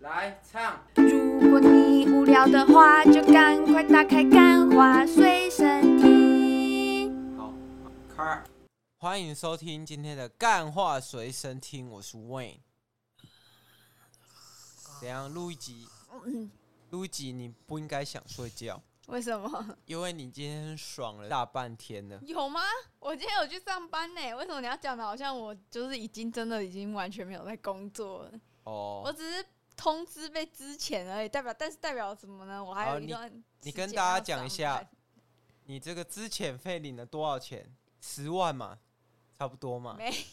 来唱。 如果你无聊的话，就赶快打开干话随身听。 好，开。欢迎收听今天的干话随身听，我是 Wayne。怎样录一集？录一集你不应该想睡觉， 为什么？ 因为你今天爽了大半天了。 有吗？我今天有去上班呢，为什么你要讲的好像我就是已经完全没有在工作了？ 哦， 我只是通知被之前而已，但是代表什么呢？我还有一段你跟大家讲一下，你这个资遣费领了多少钱？10万嘛，差不多嘛。 没，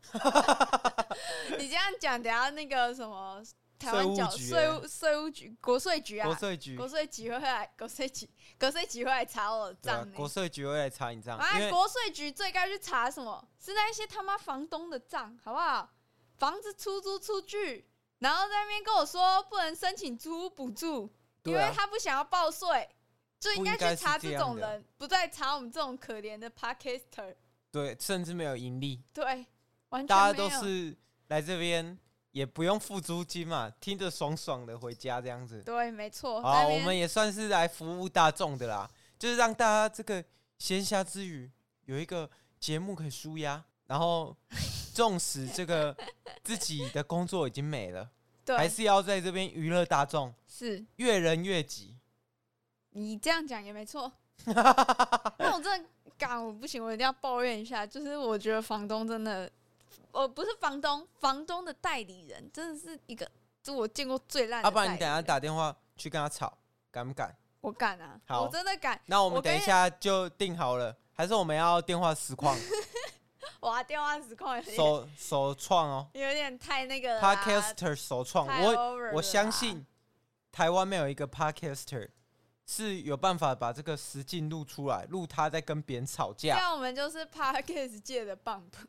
你这样讲，等一下那个什么台湾税务局、国税局啊，国税局会来查我的账呢。 国税局会来查你账。 国税局最该去查什么？是那些他妈房东的账，好不好？房子出租出去，然后在那边跟我说不能申请租屋补助，因为他不想要报税，就应该去查这种人，不再查我们这种可怜的 podcaster。 对，甚至没有盈利。 对，完全没有。 大家都是来这边，也不用付租金嘛，听着爽爽的回家这样子。 对，没错。 好，我们也算是来服务大众的啦，就是让大家这个闲暇之余有一个节目可以抒压，然后纵使这个自己的工作已经没了，还是要在这边娱乐大众， 是越人越急。 你这样讲也没错。那我真的我不行，我一定要抱怨一下，就是我觉得房东真的，不是房东的代理人真的是一个，就我见过最烂的代理人。 不然你等一下打电话去跟他吵，敢不敢？ 我敢啊， 好， 我真的敢。 那我们等一下就定好了，还是我们要电话实况？ 哇，电话实况首创哦， 有点太那个了 Podcaster 首创，我相信台湾没有一个 Podcaster 是有办法把这个实境录出来，录他在跟别人吵架。 这样我们就是 Podcast 界的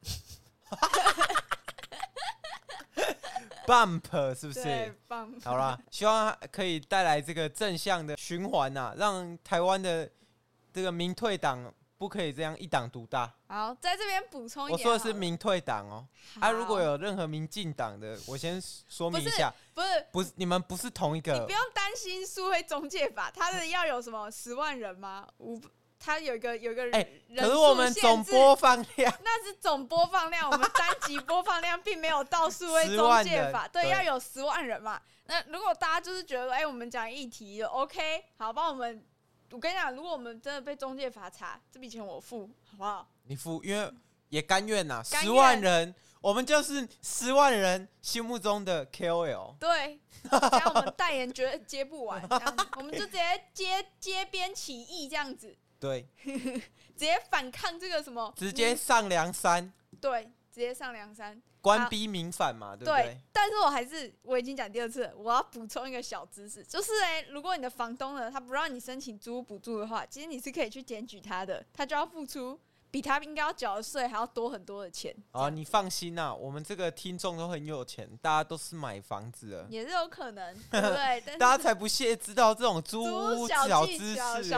Bump 是不是？ 对 ，Bump。 好啦，希望可以带来这个正向的循环呐，让台湾的这个民退党不可以这样一党独大。 好，在这边补充一点， 我说的是民退党哦。如果有任何民进党的，我先说明一下，不是，你们不是同一个。 你不用担心数位中介法，他的要有什么10万人吗？他有一个人可是我们总播放量， 那是总播放量，我们单集播放量并没有到数位中介法，对，要有10万人嘛。那如果大家就是觉得，我们讲议题就 OK， 好，帮我们。我跟你讲，如果我们真的被中介法查，这笔钱我付，好不好？ 你付，因为也甘愿呐。10万人，我们就是10万人心目中的 KOL。 对，这样我们代言绝对接不完，这样子我们就直接街边起义这样子。 对， 直接反抗这个什么？ 直接上梁山。 对，直接上梁山。 官逼民反嘛，对不对？ 但是我已经讲第2次了，我要补充一个小知识，就是如果你的房东呢，他不让你申请租屋补助的话，其实你是可以去检举他的，他就要付出比他应该要缴的税还要多很多的钱。 你放心啊，我们这个听众都很有钱，大家都是买房子的， 也是有可能，对不对？但是大家才不屑知道这种租屋小知识。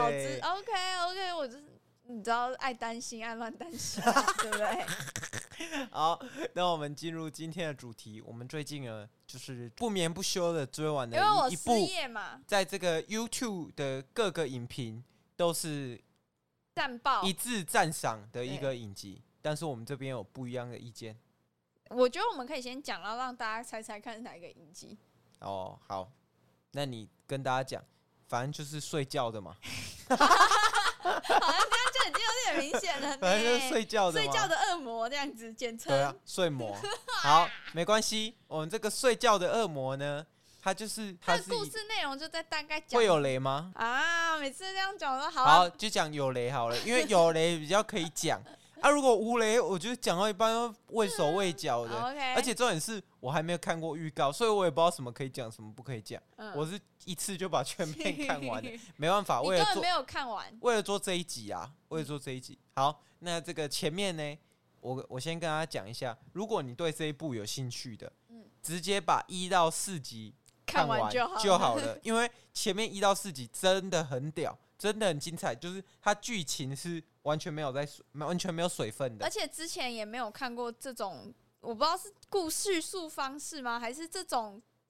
OK， 我就是你知道爱担心爱乱担心，对不对？ 好，那我们进入今天的主题。我们最近呢，就是不眠不休的追完了一部，在这个 YouTube 的各个影评都是赞爆一致赞赏的一个影集，但是我们这边有不一样的意见。 我觉得我们可以先讲，然后让大家猜猜看是哪一个影集。 哦，好，那你跟大家讲，反正就是睡觉的嘛。 好像这样就已经有点明显了， 反正就是睡觉的恶魔这样子简称。 对啊，睡魔。好，没关系，我们这个睡觉的恶魔呢，它的故事内容就在大概讲。 会有雷吗？ 每次这样讲都好。 好，就讲有雷好了，因为有雷比较可以讲。如果无雷，我觉得讲到一半都畏手畏脚的。而且重点是我还没有看过预告，所以我也不知道什么可以讲，什么不可以讲。我是一次就把全片看完了，没办法， 你根本没有看完。 为了做这一集啊，好，那这个前面呢，我先跟大家讲一下，如果你对这一部有兴趣的，直接把1到4集看完就好了，因为前面1到4集真的很屌。真的很精彩，就是它剧情是完全没有水分的， 而且之前也没有看过这种，我不知道是叙述方式吗，还是这种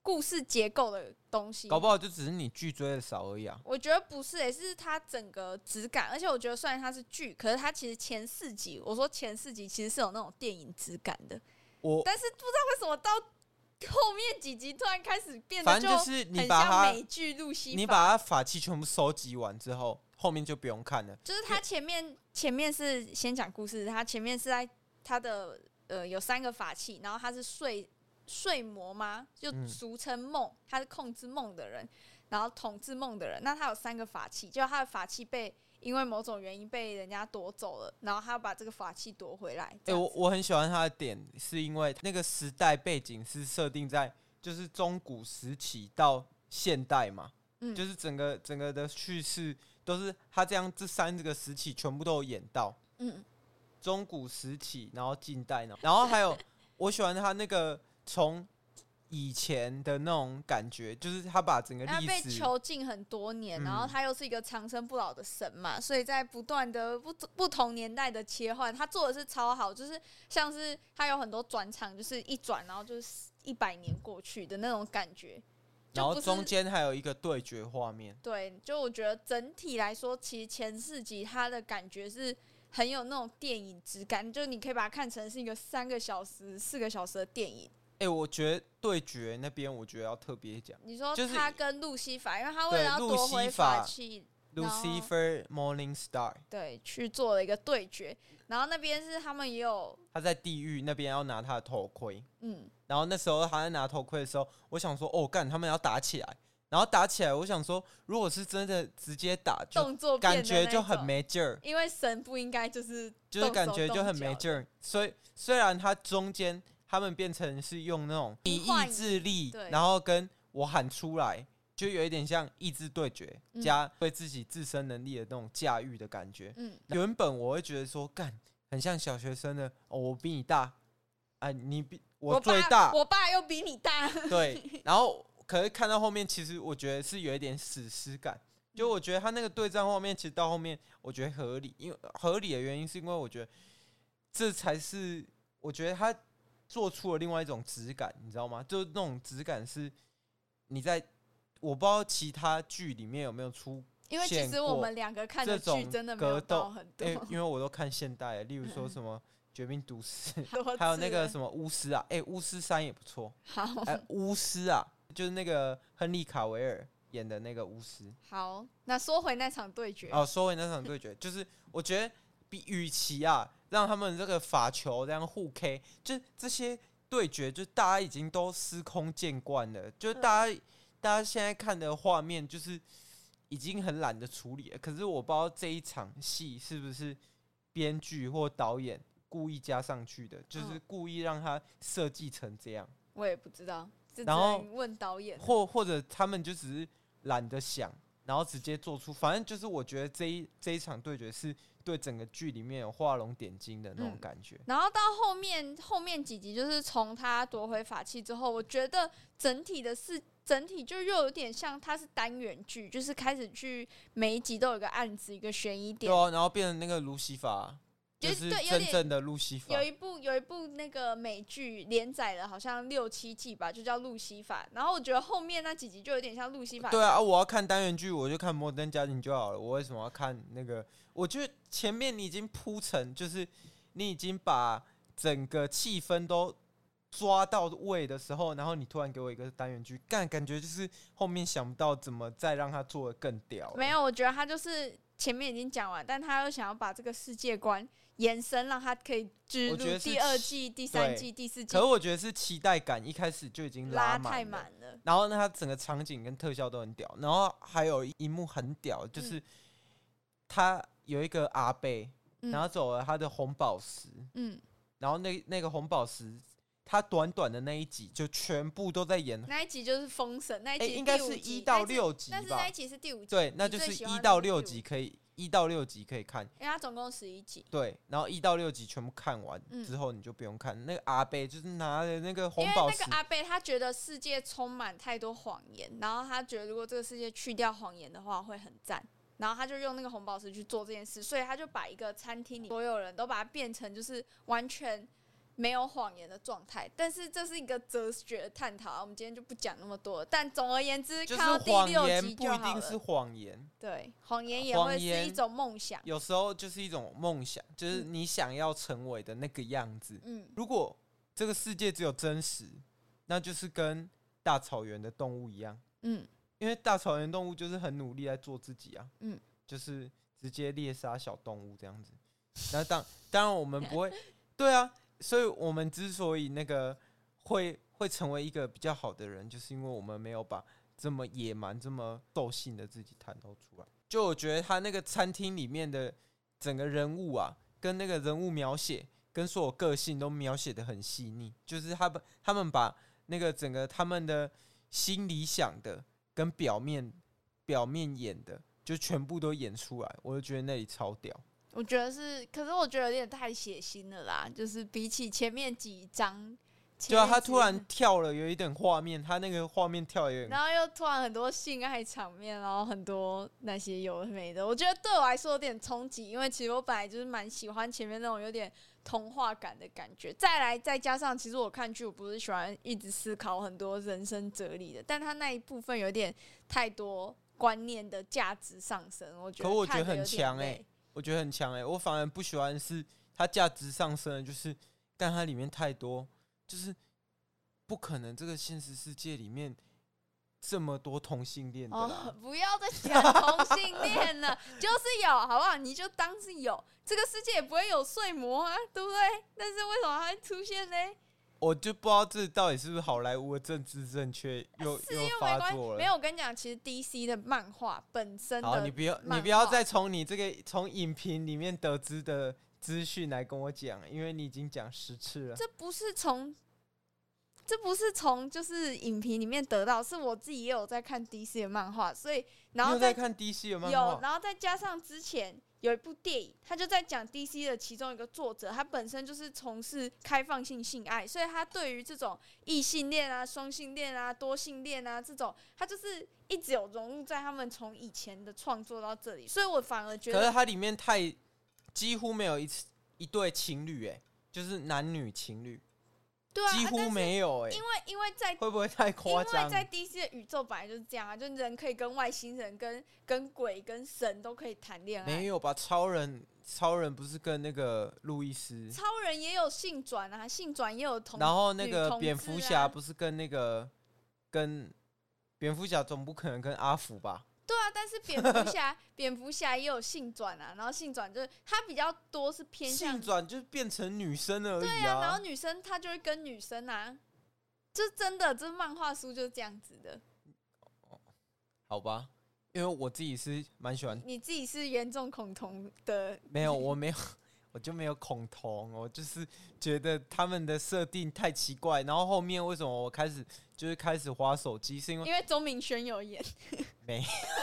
故事结构的东西， 搞不好就只是你剧追的少而已啊。 我觉得不是是它整个质感，而且我觉得虽然它是剧，可是它其实前4集，我说前4集其实是有那种电影质感的，但是不知道为什么到后面几集突然开始变得就很像美剧路西法， 你把它法器全部收集完之后，后面就不用看了。 就是它前面是先讲故事，它前面是在它的有3个法器，然后它是睡魔吗？就俗称梦，他是控制梦的人，然后统治梦的人。那他有3个法器，结果他的法器因为某种原因被人家夺走了，然后他要把这个法器夺回来。 我很喜欢他的点，是因为那个时代背景是设定在就是中古时期到现代嘛，就是整个的叙事都是他这3个时期全部都有演到，中古时期，然后近代，然后还有我喜欢他那个。从以前的那种感觉，就是他把整个历史， 他被囚禁很多年，然后他又是一个长生不老的神嘛，所以在不断的不同年代的切换，他做的是超好，就是像是他有很多转场，就是一转然后就是100年过去的那种感觉， 然后中间还有一个对决画面。 对，就我觉得整体来说，其实前4集他的感觉是很有那种电影质感，就是你可以把它看成是一个3个小时、4个小时的电影。 我觉得对决那边，我觉得要特别讲。 你说他跟路西法，因为他为了要夺回法器 ，Lucifer Morningstar， 对，去做了一个对决。然后那边是他们也有他在地狱那边要拿他的头盔，然后那时候他在拿头盔的时候，我想说，干，他们要打起来。然后打起来，我想说，如果是真的直接打， 动作感觉就很没劲儿。 因为神不应该就是感觉就很没劲儿。所以虽然他中间。他们变成是用那种以意志力，然后跟我喊出来，就有一点像意志对决，加对自己自身能力的那种驾驭的感觉。原本我会觉得说，干很像小学生的，我比你大，你比我最大， 我爸又比你大， 对。然后可是看到后面，其实我觉得是有一点史诗感。就我觉得他那个对战画面，其实到后面我觉得合理，因为合理的原因是因为我觉得这才是我觉得他。做出了另外一种质感，你知道吗？就是那种质感是你在我不知道其他剧里面有没有出现过，因为其实我们2个看的剧真的没有到很多， 因为我都看现代的，例如说什么《绝命毒师》还有那个什么巫师啊，巫师3也不错。 好， 巫师啊，就是那个亨利卡维尔演的那个巫师。 好，那说回那场对决。 说回那场对决，就是我觉得与其让他们这个法球这样互 K， 就这些对决，就大家已经都司空见惯了。就大家现在看的画面，就是已经很懒得处理了。可是我不知道这一场戏是不是编剧或导演故意加上去的，就是故意让他设计成这样。 我也不知道，然后问导演， 或者他们就只是懒得想，然后直接做出。反正就是我觉得这一场对决是。对整个剧里面有画龙点睛的那种感觉， 然后到后面几集，就是从他夺回法器之后，我觉得整体就又有点像它是单元剧，就是开始去每一集都有一个案子，一个悬疑点， 然后变成那个路西法，就是真正的路西法。 有一部那个美剧连载了好像6、7季吧，就叫路西法。然后我觉得后面那几集就有点像路西法。 对啊，我要看单元剧，我就看《摩登家庭》就好了。我为什么要看那个？我觉得前面你已经铺陈，就是你已经把整个气氛都抓到位的时候，然后你突然给我一个单元剧，感觉就是后面想不到怎么再让它做得更屌。 没有，我觉得他就是前面已经讲完，但他又想要把这个世界观延伸，让他可以植入第2季、第3季、第4季。 可是我觉得是期待感一开始就已经拉太满了， 然后呢，它整个场景跟特效都很屌，然后还有一幕很屌，就是他有一个阿伯拿走了他的红宝石，然后那个红宝石。他短短的那一集就全部都在演， 那一集就是封神，那一集应该是1到6集吧， 但是那一集是第5集， 对，那就是1到6集可以看， 因为它总共11集， 对，然后1到6集全部看完之后你就不用看。那个阿伯就是拿着那个红宝石， 因为那个阿伯他觉得世界充满太多谎言，然后他觉得如果这个世界去掉谎言的话会很赞。然后他就用那个红宝石去做这件事，所以他就把一个餐厅里所有人都把它变成就是完全没有谎言的状态，但是这是一个哲学的探讨，我们今天就不讲那么多了。但总而言之， 就是看到第6集就好了。 不一定是谎言， 对，谎言也会是一种梦想， 有时候就是一种梦想，就是你想要成为的那个样子。如果这个世界只有真实，那就是跟大草原的动物一样。因为大草原动物就是很努力在做自己啊。就是直接猎杀小动物这样子。那当然我们不会，对啊。所以我们之所以那个会成为一个比较好的人，就是因为我们没有把这么野蛮、这么兽性的自己袒露出来。就我觉得他那个餐厅里面的整个人物啊，跟那个人物描写，跟所有个性都描写得很细腻。就是他们把那个整个他们的心里想的跟表面演的，就全部都演出来。我就觉得那里超屌。 我觉得是，可是我觉得有点太血腥了啦，就是比起前面几章， 对啊，他突然跳了，有一点画面，他那个画面跳有点， 然后又突然很多性爱场面，然后很多那些有的没的，我觉得对我来说有点冲击，因为其实我本来就是蛮喜欢前面那种有点童话感的感觉，再加上其实我看剧我不是喜欢一直思考很多人生哲理的，但他那一部分有点太多观念的价值上升，我觉得可我觉得很强我觉得很强我反而不喜欢是它价值上升的，就是但它里面太多，就是不可能这个现实世界里面这么多同性恋的啦。 不要再讲同性恋了，就是有，好不好？你就当是有，这个世界也不会有睡魔啊，对不对？但是为什么它会出现呢？ 我就不知道这到底是不是好莱坞的政治正确又发作了。 没有，我跟你讲，其实 DC 的漫画本身的， 好，你不要再从你这个从影评里面得知的资讯来跟我讲，因为你已经讲10次了。 这不是从就是影评里面得到，是我自己也有在看 DC 的漫画，所以然后你有在看 DC 的漫画？ 有，然后再加上之前有一部电影，他就在讲 DC 的其中一个作者，他本身就是从事开放性性爱，所以他对于这种异性恋啊、双性恋啊、多性恋啊这种，他就是一直有融入在他们从以前的创作到这里，所以我反而觉得， 可是它里面几乎没有一对情侣就是男女情侣。 对啊， 几乎没有因为在会不会太夸张？ 因为在 DC 的宇宙本来就是这样啊，就人可以跟外星人、跟鬼、跟神都可以谈恋爱。 没有吧？超人不是跟那个路易斯？ 超人也有性转啊，性转也有同。 然后那个蝙蝠侠不是跟那个蝙蝠侠总不可能跟阿福吧？ 对啊，但是蝙蝠侠也有性转啊，然后性转就是他比较多是偏向性转，就是变成女生而已对啊，然后女生她就会跟女生啊，这真的，这漫画书就是这样子的。 好吧，因为我自己是蛮喜欢。 你自己是严重恐同的？ 没有，我没有。我就没有恐同，我就是觉得他们的设定太奇怪，然后后面为什么我开始滑手机，是因为钟明轩有演， 没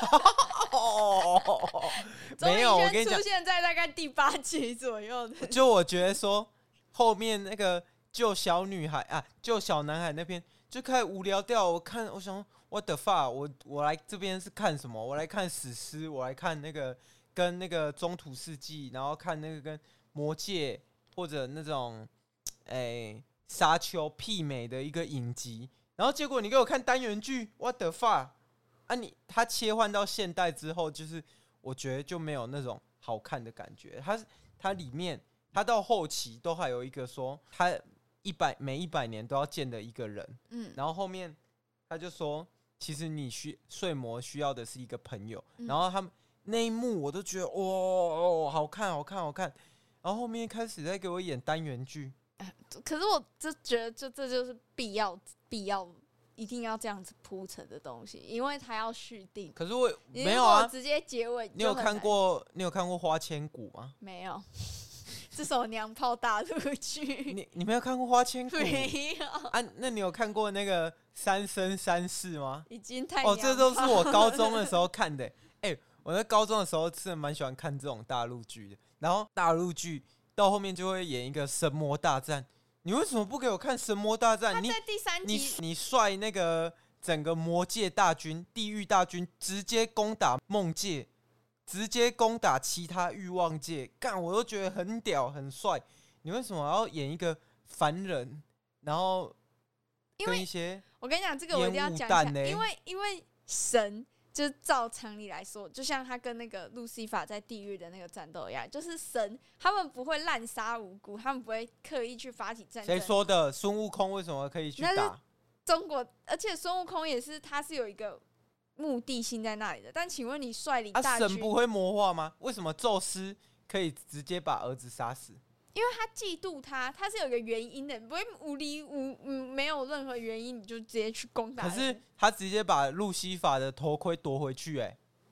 有，我跟你讲， 出现在大概第8集左右的。 就我觉得说后面那个救小女孩啊，救小男孩那边就开始无聊掉。我想 what the fuck， 我来这边是看什么？我来看史诗，我来看那个跟那个中土世纪，然后看那个跟魔戒或者那种沙丘媲美的一个影集，然后结果你给我看单元剧 ，what the fuck 啊！他切换到现代之后，就是我觉得就没有那种好看的感觉。它里面，它到后期都还有一个说，他每100年都要见的一个人，然后后面他就说，其实你睡魔需要的是一个朋友，然后他们那一幕我都觉得哇，好看，然后后面开始在给我演单元剧， 可是我就觉得这就是必要一定要这样子铺陈的东西，因为它要续订。 可是我没有啊， 直接结尾。 你有看过《花千骨》吗？ 没有，这首娘炮大陆剧。 你没有看过《花千骨》？ 没有啊？那你有看过那个《三生三世》吗？ 已经太娘炮这都是我高中的时候看的。我在高中的时候是蛮喜欢看这种大陆剧的，然后大陆剧到后面就会演一个神魔大战。你为什么不给我看神魔大战？ 他在第3集， 你率那个整个魔界大军、地狱大军直接攻打梦界，直接攻打其他欲望界，干我都觉得很屌很帅。你为什么要演一个凡人，然后跟一些我跟你讲，这个我一定要讲一下，因为神就是照常理来说，就像他跟那个路西法在地狱的那个战斗一样，就是神他们不会滥杀无辜，他们不会刻意去发起战争。 谁说的？孙悟空为什么可以去打？ 中国，而且孙悟空也是，他是有一个目的性在那里的。但请问你率领大军， 神不会魔化吗？为什么宙斯可以直接把儿子杀死？ 因为他嫉妒他，他是有一个原因的，不会没有任何原因你就直接去攻打。 可是他直接把路西法的头盔夺回去，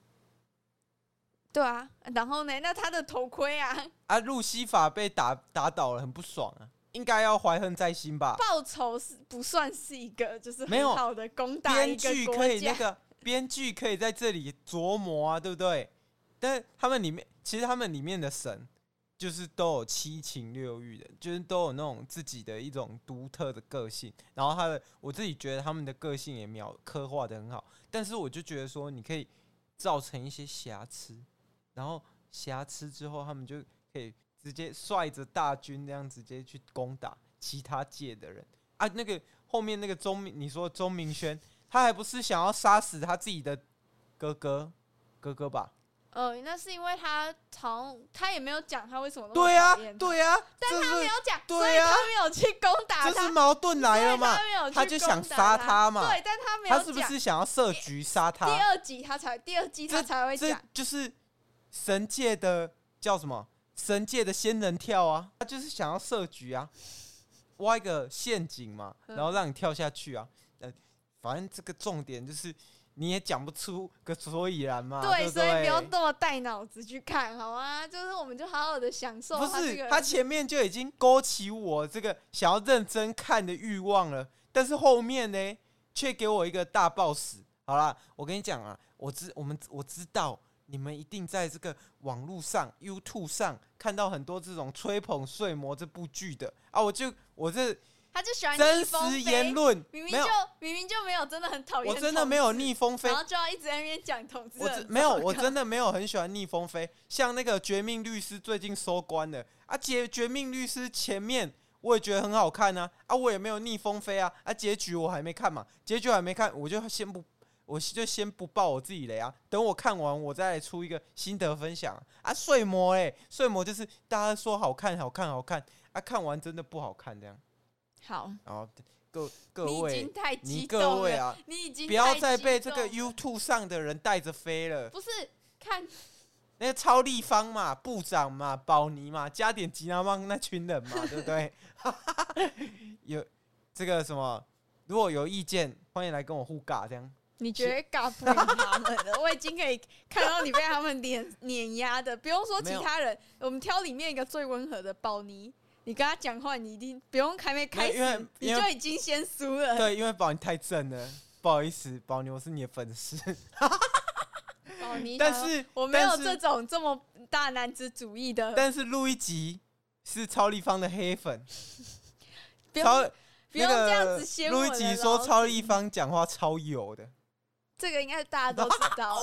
对啊，然后呢？那他的头盔路西法被打倒了，很不爽啊。应该要怀恨在心吧？ 报仇不算是一个就是很好的攻打一个国家。 编剧可以在这里琢磨啊，对不对？但是其实他们里面的神就是都有七情六欲的，就是都有那种自己的一种独特的个性。然后我自己觉得他们的个性也刻画的很好。但是我就觉得说，你可以造成一些瑕疵，然后瑕疵之后，他们就可以直接率着大军这样直接去攻打其他界的人啊！那个后面那个你说钟明轩，他还不是想要杀死他自己的哥哥吧？ 那是因为他也没有讲他为什么那么讨厌他。对啊， 但他没有讲，所以他没有去攻打他。 这是矛盾来了嘛？他就想杀他嘛？ 对，但他没有讲。 他是不是想要设局杀他？ 第二集他才会讲， 就是神界的叫什么？神界的仙人跳啊，他就是想要设局啊，挖一个陷阱嘛，然后让你跳下去啊。反正这个重点就是你也讲不出个所以然嘛。对， 所以不要那么带脑子去看，好吗？就是我们就好好的享受。 不是，他前面就已经勾起我这个想要认真看的欲望了，但是后面呢，却给我一个大爆死。好啦，我跟你讲啊，我知道。你们一定在这个网络上 YouTube 上看到很多这种吹捧《睡魔》这部剧的啊！ 他就喜欢真实言论， 明明就没有真的很讨厌， 我真的没有逆风飞， 然后就要一直在那边讲同志。 我真的没有很喜欢逆风飞。像那个《绝命律师》最近收官了啊，绝命律师》前面我也觉得很好看啊，我也没有逆风飞啊，结局我还没看嘛，结局还没看，我就先不爆我自己雷啊！等我看完，我再来出一个心得分享啊！睡魔就是大家说好看啊，看完真的不好看这样。 好， 然后各位， 你已经太激动了，各位啊， 你已经不要再被这个 YouTube 上的人带着飞了。 不是看那个超立方嘛，部长嘛，宝妮嘛，加点吉拿棒那群人嘛，对不对？有这个什么，如果有意见，欢迎来跟我互尬这样。 你觉得尬不赢他们了？我已经可以看到你被他们碾压的，不用说其他人，我们挑里面一个最温和的宝妮，你跟他讲话，你一定不用还没开始，你就已经先输了。 对，因为宝妮太正了，不好意思，宝妮，我是你的粉丝。 宝妮， 但是我没有这种这么大男子主义的。 但是录一集是超立方的黑粉， 不用这样子掀我的。 录一集说超立方讲话超油的。 这个应该大家都知道。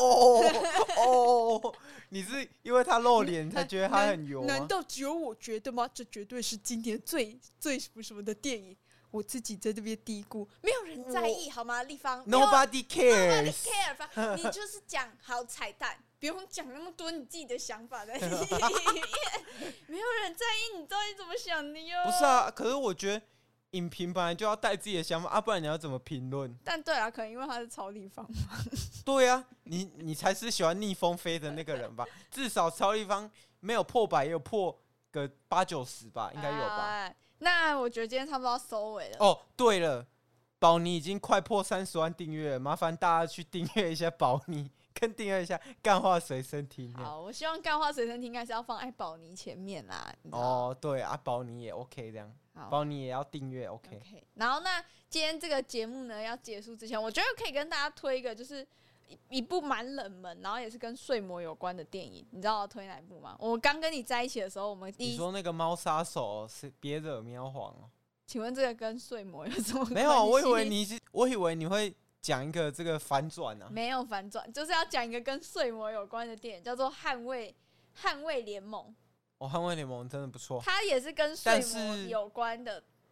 你是因为他露脸才觉得他很油吗？ 难道只有我觉得吗？这绝对是今年最什么的电影。我自己在这边嘀咕，没有人在意好吗？立方 ，Nobody cares， 你就是讲好彩蛋，不用讲那么多你自己的想法在里面。没有人在意你到底怎么想的哟。 不是啊，可是我觉得。影评本来就要带自己的想法啊，不然你要怎么评论？ 但对啊，可能因为他是超立方嘛。 对啊，你才是喜欢逆风飞的那个人吧？至少超立方没有破100，也有破个80-90吧，应该有吧？ 那我觉得今天差不多要收尾了。 哦，对了，宝妮已经快破30万订阅了，麻烦大家去订阅一下宝妮，跟订阅一下干话随身听。 好，我希望干话随身听应该是要放在宝妮前面啦。 哦，对啊，宝妮也 OK 这样。宝妮也要订阅 OK。 然后那今天这个节目呢要结束之前，我觉得可以跟大家推一个，就是一部蛮冷门，然后也是跟睡魔有关的电影。你知道我要推哪一部吗？我刚跟你在一起的时候，我们你说那个猫杀手是别惹喵皇哦？ 请问这个跟睡魔有什么关系？ 没有，我以为你会讲一个这个反转啊。 没有反转，就是要讲一个跟睡魔有关的电影，叫做捍卫联盟。 捍卫联盟真的不错， 它也是跟睡魔有关的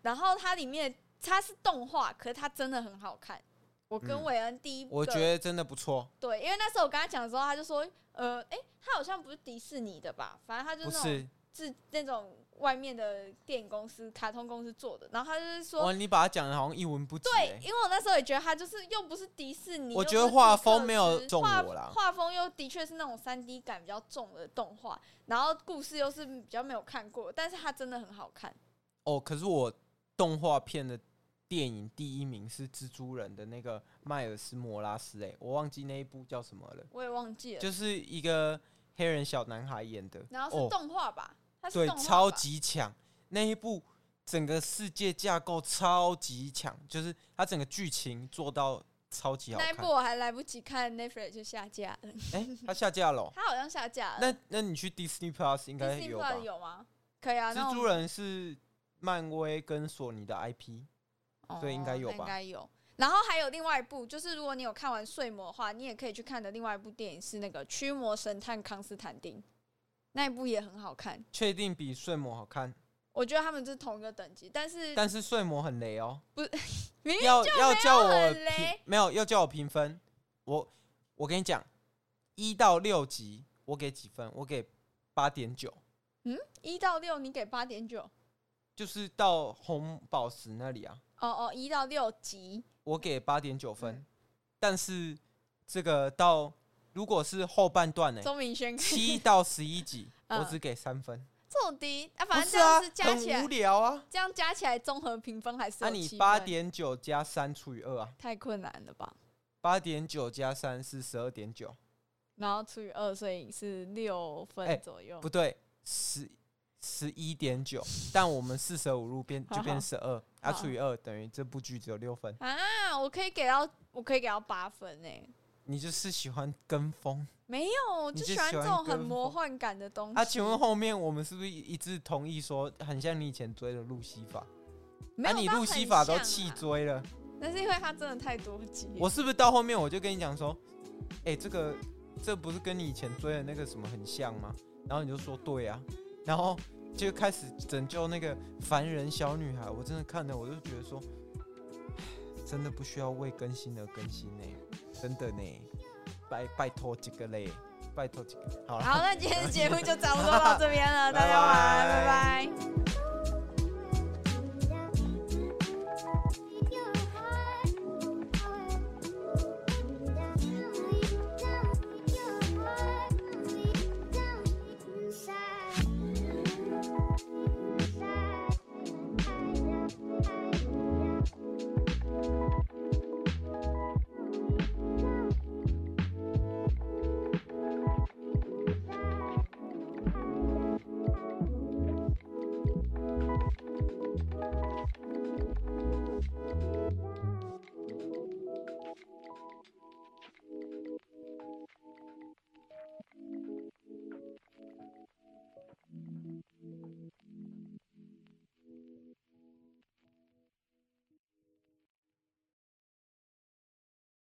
然后它里面它是动画，可是它真的很好看。我跟韦恩第一个， 我觉得真的不错。 对，因为那时候我跟他讲的时候，他就说，他好像不是迪士尼的吧？反正他就是那种外面的电影公司、卡通公司做的。然后他就是说， 哇，你把他讲的好像一文不值。 对，因为我那时候也觉得他就是又不是迪士尼， 我觉得画风没有中我啦， 画风又的确是那种3D 感比较重的动画，然后故事又是比较没有看过，但是它真的很好看。 哦，可是我动画片的电影第1名是蜘蛛人的那个迈尔斯·莫拉斯，我忘记那一部叫什么了， 我也忘记了， 就是一个黑人小男孩演的， 然后是动画吧？它是对， 动画吧， 超级强，那一部整个世界架构超级强，就是它整个剧情做到超级好看。 那一部我还来不及看 Netflix 就下架了， 它下架了， 它好像下架了。 那你去 Disney Plus 应该有吧？ Disney Plus 有吗？可以啊。 蜘蛛人是漫威跟索尼的 IP。所以应该有吧， 应该有。然后还有另外一部，就是如果你有看完《睡魔》的话，你也可以去看的另外一部电影是那个《驱魔神探康斯坦丁》，那一部也很好看。 确定比《睡魔》好看？ 我觉得他们是同一个等级，但是 《睡魔》很雷哦， 不是，明明要叫我雷， 没有要叫我评分。我跟你讲，1到6集我给几分？我给8.9。 1到6你给8.9， 就是到红宝石那里啊。 1到6集， 我给8.9分，但是这个到如果是后半段呢， 钟明轩 7到11集，我只给3分， 这么低啊？反正这样子加起来很无聊啊。 这样加起来综合评分还是有7分。 你8.9加3除以2啊？ 太困难了吧 ？8.9加3是12.9，然后除以2，所以是6分左右。 不对，11.9，但我们45路就变12，除以2等于这部剧只有6分啊！我可以给到8分你就是喜欢跟风？ 没有，我就喜欢这种很魔幻感的东西。 请问后面我们是不是一致同意说，很像你以前追的路西法？你路西法都弃追了， 那是因为他真的太多集。 我是不是到后面我就跟你讲说，这不是跟你以前追的那个什么很像吗？然后你就说对啊，然后就开始拯救那个凡人小女孩。我真的看了，我就觉得说，真的不需要为更新而更新呢，真的呢，拜托几个嘞，拜托几个。好， 那今天的节目就差不多到这边了，大家晚安，拜拜。